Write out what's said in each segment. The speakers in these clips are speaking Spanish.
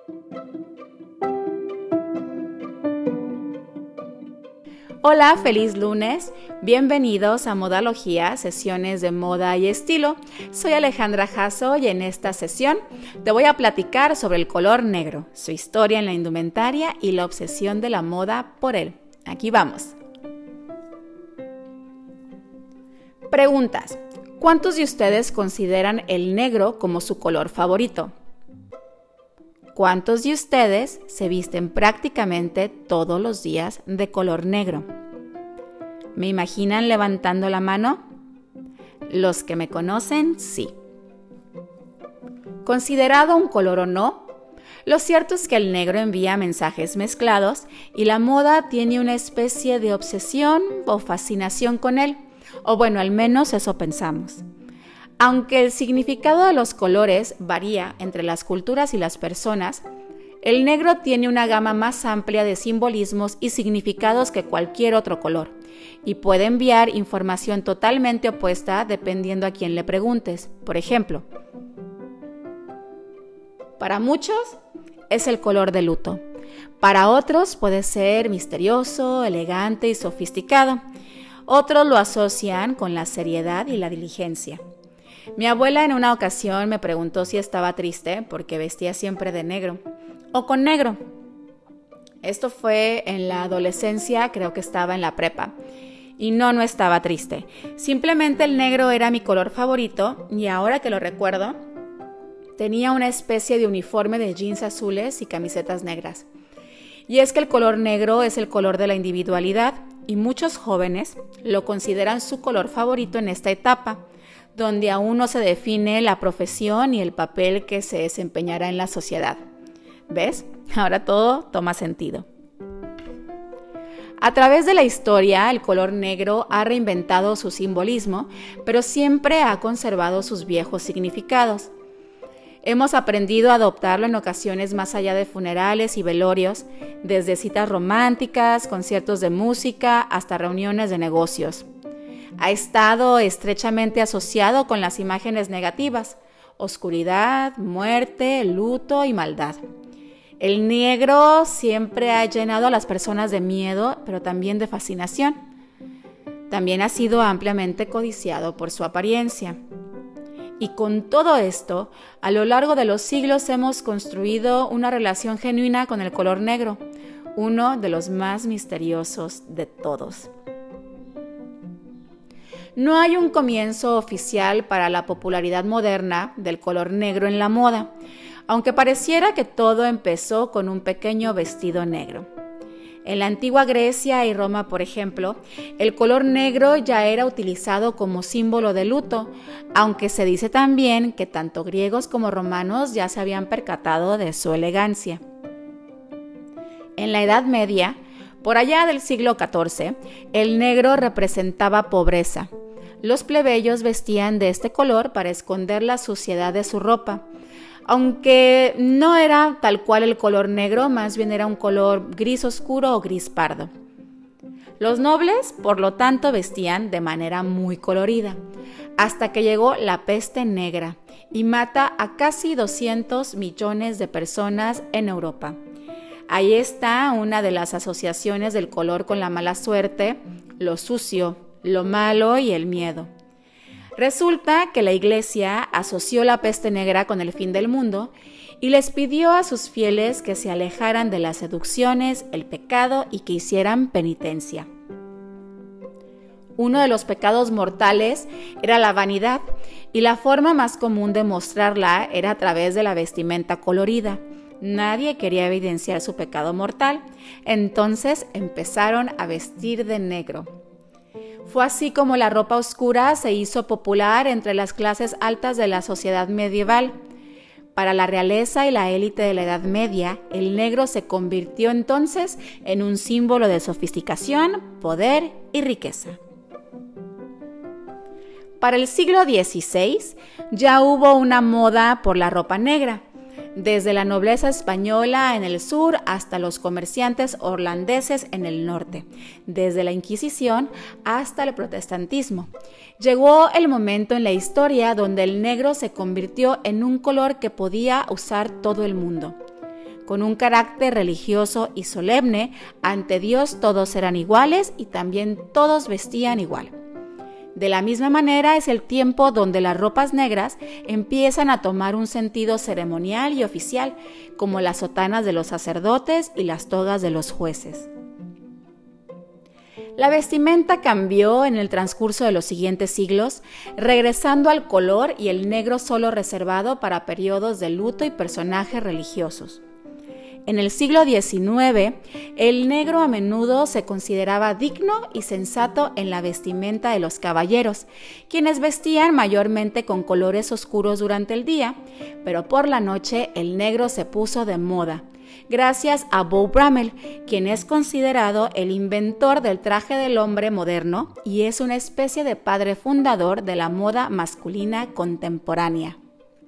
Hola, feliz lunes. Bienvenidos a Modalogía, sesiones de moda y estilo. Soy Alejandra Jasso y en esta sesión te voy a platicar sobre el color negro, su historia en la indumentaria y la obsesión de la moda por él. Aquí vamos. Preguntas. ¿Cuántos de ustedes consideran el negro como su color favorito? ¿Cuántos de ustedes se visten prácticamente todos los días de color negro? ¿Me imaginan levantando la mano? Los que me conocen, sí. Considerado un color o no, lo cierto es que el negro envía mensajes mezclados y la moda tiene una especie de obsesión o fascinación con él, o bueno, al menos eso pensamos. Aunque el significado de los colores varía entre las culturas y las personas, el negro tiene una gama más amplia de simbolismos y significados que cualquier otro color, y puede enviar información totalmente opuesta dependiendo a quién le preguntes. Por ejemplo, para muchos es el color de luto. Para otros puede ser misterioso, elegante y sofisticado. Otros lo asocian con la seriedad y la diligencia. Mi abuela en una ocasión me preguntó si estaba triste porque vestía siempre de negro o con negro. Esto fue en la adolescencia, creo que estaba en la prepa. Y no estaba triste. Simplemente el negro era mi color favorito y ahora que lo recuerdo, tenía una especie de uniforme de jeans azules y camisetas negras. Y es que el color negro es el color de la individualidad y muchos jóvenes lo consideran su color favorito en esta etapa, donde aún no se define la profesión y el papel que se desempeñará en la sociedad. ¿Ves? Ahora todo toma sentido. A través de la historia, el color negro ha reinventado su simbolismo, pero siempre ha conservado sus viejos significados. Hemos aprendido a adoptarlo en ocasiones más allá de funerales y velorios, desde citas románticas, conciertos de música, hasta reuniones de negocios. Ha estado estrechamente asociado con las imágenes negativas, oscuridad, muerte, luto y maldad. El negro siempre ha llenado a las personas de miedo, pero también de fascinación. También ha sido ampliamente codiciado por su apariencia. Y con todo esto, a lo largo de los siglos hemos construido una relación genuina con el color negro, uno de los más misteriosos de todos. No hay un comienzo oficial para la popularidad moderna del color negro en la moda, aunque pareciera que todo empezó con un pequeño vestido negro. En la antigua Grecia y Roma, por ejemplo, el color negro ya era utilizado como símbolo de luto, aunque se dice también que tanto griegos como romanos ya se habían percatado de su elegancia. En la Edad Media, por allá del siglo XIV, el negro representaba pobreza. Los plebeyos vestían de este color para esconder la suciedad de su ropa. Aunque no era tal cual el color negro, más bien era un color gris oscuro o gris pardo. Los nobles, por lo tanto, vestían de manera muy colorida, hasta que llegó la peste negra y mata a casi 200 millones de personas en Europa. Ahí está una de las asociaciones del color con la mala suerte, lo sucio, lo malo y el miedo. Resulta que la Iglesia asoció la peste negra con el fin del mundo y les pidió a sus fieles que se alejaran de las seducciones, el pecado y que hicieran penitencia. Uno de los pecados mortales era la vanidad y la forma más común de mostrarla era a través de la vestimenta colorida. Nadie quería evidenciar su pecado mortal, entonces empezaron a vestir de negro. Fue así como la ropa oscura se hizo popular entre las clases altas de la sociedad medieval. Para la realeza y la élite de la Edad Media, el negro se convirtió entonces en un símbolo de sofisticación, poder y riqueza. Para el siglo XVI ya hubo una moda por la ropa negra, desde la nobleza española en el sur hasta los comerciantes holandeses en el norte, desde la Inquisición hasta el protestantismo. Llegó el momento en la historia donde el negro se convirtió en un color que podía usar todo el mundo. con un carácter religioso y solemne. Ante Dios todos eran iguales y también todos vestían igual. De la misma manera es el tiempo donde las ropas negras empiezan a tomar un sentido ceremonial y oficial, como las sotanas de los sacerdotes y las togas de los jueces. La vestimenta cambió en el transcurso de los siguientes siglos, regresando al color y el negro solo reservado para periodos de luto y personajes religiosos. En el siglo XIX, el negro a menudo se consideraba digno y sensato en la vestimenta de los caballeros, quienes vestían mayormente con colores oscuros durante el día, pero por la noche el negro se puso de moda, gracias a Beau Brummel, quien es considerado el inventor del traje del hombre moderno y es una especie de padre fundador de la moda masculina contemporánea.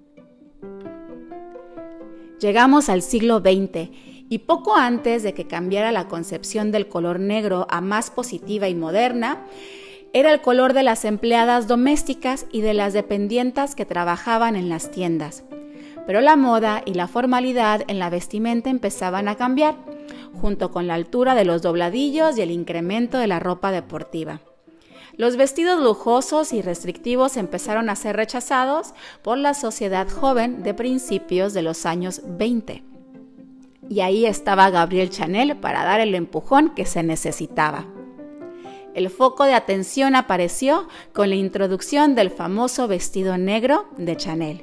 Llegamos al siglo XX y poco antes de que cambiara la concepción del color negro a más positiva y moderna, era el color de las empleadas domésticas y de las dependientas que trabajaban en las tiendas. Pero la moda y la formalidad en la vestimenta empezaban a cambiar, junto con la altura de los dobladillos y el incremento de la ropa deportiva. Los vestidos lujosos y restrictivos empezaron a ser rechazados por la sociedad joven de principios de los años 20. Y ahí estaba Gabrielle Chanel para dar el empujón que se necesitaba. El foco de atención apareció con la introducción del famoso vestido negro de Chanel.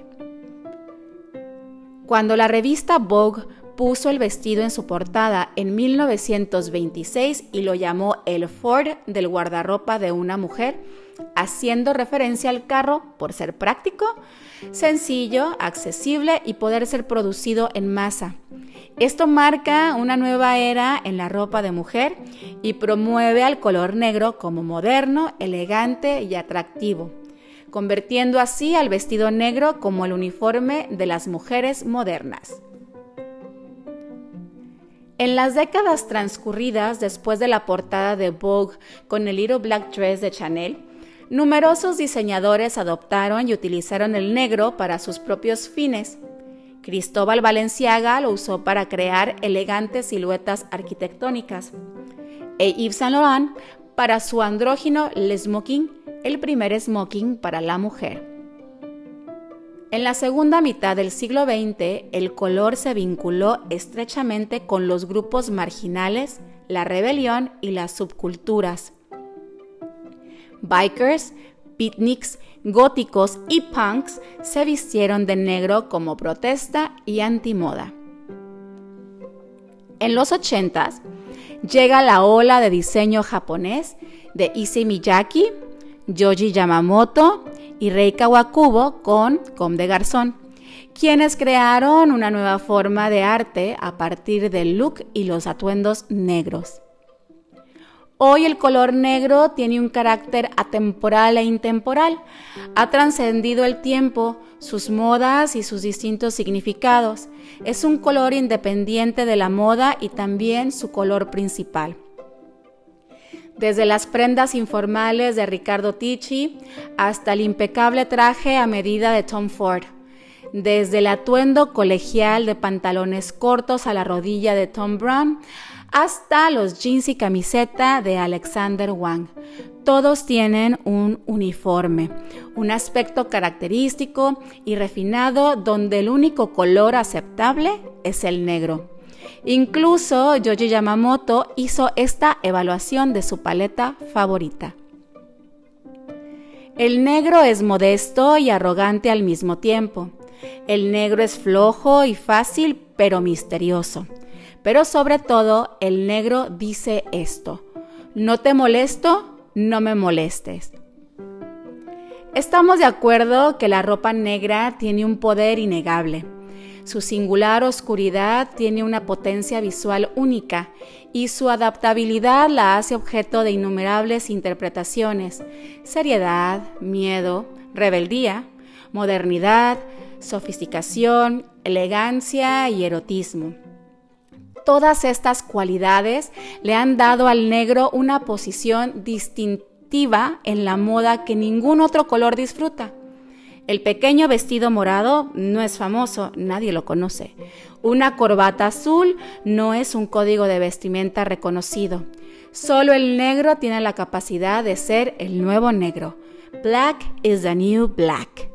Cuando la revista Vogue puso el vestido en su portada en 1926 y lo llamó el Ford del guardarropa de una mujer, haciendo referencia al carro por ser práctico, sencillo, accesible y poder ser producido en masa. Esto marca una nueva era en la ropa de mujer y promueve al color negro como moderno, elegante y atractivo, convirtiendo así al vestido negro como el uniforme de las mujeres modernas. En las décadas transcurridas después de la portada de Vogue con el Little Black Dress de Chanel, numerosos diseñadores adoptaron y utilizaron el negro para sus propios fines. Cristóbal Balenciaga lo usó para crear elegantes siluetas arquitectónicas, e Yves Saint Laurent para su andrógino Le Smoking, el primer smoking para la mujer. En la segunda mitad del siglo XX, el color se vinculó estrechamente con los grupos marginales, la rebelión y las subculturas. Bikers, beatniks, góticos y punks se vistieron de negro como protesta y antimoda. En los 80s, llega la ola de diseño japonés de Issey Miyake, Yohji Yamamoto y Rei Kawakubo con Comme des Garçons, quienes crearon una nueva forma de arte a partir del look y los atuendos negros. Hoy el color negro tiene un carácter atemporal e intemporal. Ha trascendido el tiempo, sus modas y sus distintos significados. Es un color independiente de la moda y también su color principal. Desde las prendas informales de Riccardo Tisci hasta el impecable traje a medida de Tom Ford. Desde el atuendo colegial de pantalones cortos a la rodilla de Thom Browne hasta los jeans y camiseta de Alexander Wang. Todos tienen un uniforme, un aspecto característico y refinado donde el único color aceptable es el negro. Incluso Yohji Yamamoto hizo esta evaluación de su paleta favorita. El negro es modesto y arrogante al mismo tiempo. El negro es flojo y fácil, pero misterioso. Pero sobre todo, el negro dice esto: no te molesto, no me molestes. Estamos de acuerdo que la ropa negra tiene un poder innegable. Su singular oscuridad tiene una potencia visual única y su adaptabilidad la hace objeto de innumerables interpretaciones: seriedad, miedo, rebeldía, modernidad, sofisticación, elegancia y erotismo. Todas estas cualidades le han dado al negro una posición distintiva en la moda que ningún otro color disfruta. El pequeño vestido morado no es famoso, nadie lo conoce. Una corbata azul no es un código de vestimenta reconocido. Solo el negro tiene la capacidad de ser el nuevo negro. Black is the new black.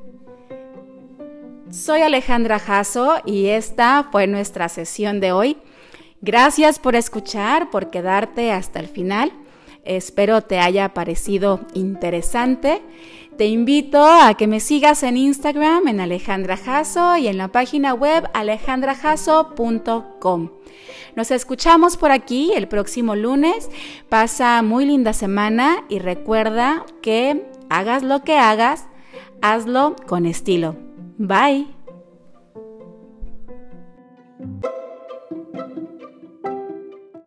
Soy Alejandra Jasso y esta fue nuestra sesión de hoy. Gracias por escuchar, por quedarte hasta el final. Espero te haya parecido interesante. Te invito a que me sigas en Instagram en Alejandra Jasso y en la página web alejandrajasso.com. Nos escuchamos por aquí el próximo lunes. Pasa muy linda semana y recuerda que hagas lo que hagas, hazlo con estilo. Bye.